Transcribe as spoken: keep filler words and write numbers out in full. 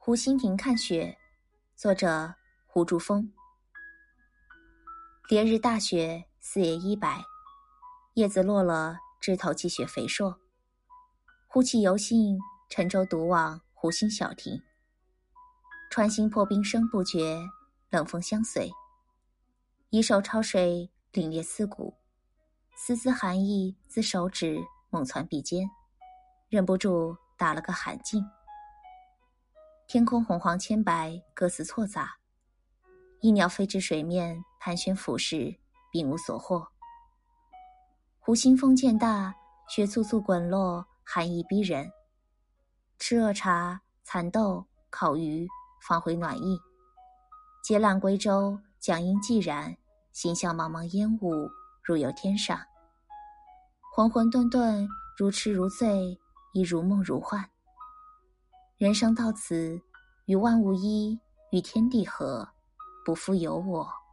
湖心亭看雪，作者胡竹风。连日大雪，四野一白，叶子落了，枝头积雪肥硕。忽其游兴，乘舟独往湖心小亭。穿心破冰声不绝，冷风相随。以手抄水，凛冽刺骨，丝丝寒意自手指猛窜鼻尖，忍不住打了个寒噤。天空红黄千白，各似错杂。一鸟飞至水面，盘旋俯视，并无所获。湖心风渐大，雪簌簌滚落，寒意逼人。吃热茶、蚕豆、烤鱼，方回暖意。结缆归舟，桨音寂然，心向茫茫烟雾，如有天上。浑浑沌沌，如痴如醉，亦如梦如幻。人生到此，与万物一，与天地合，不复有我。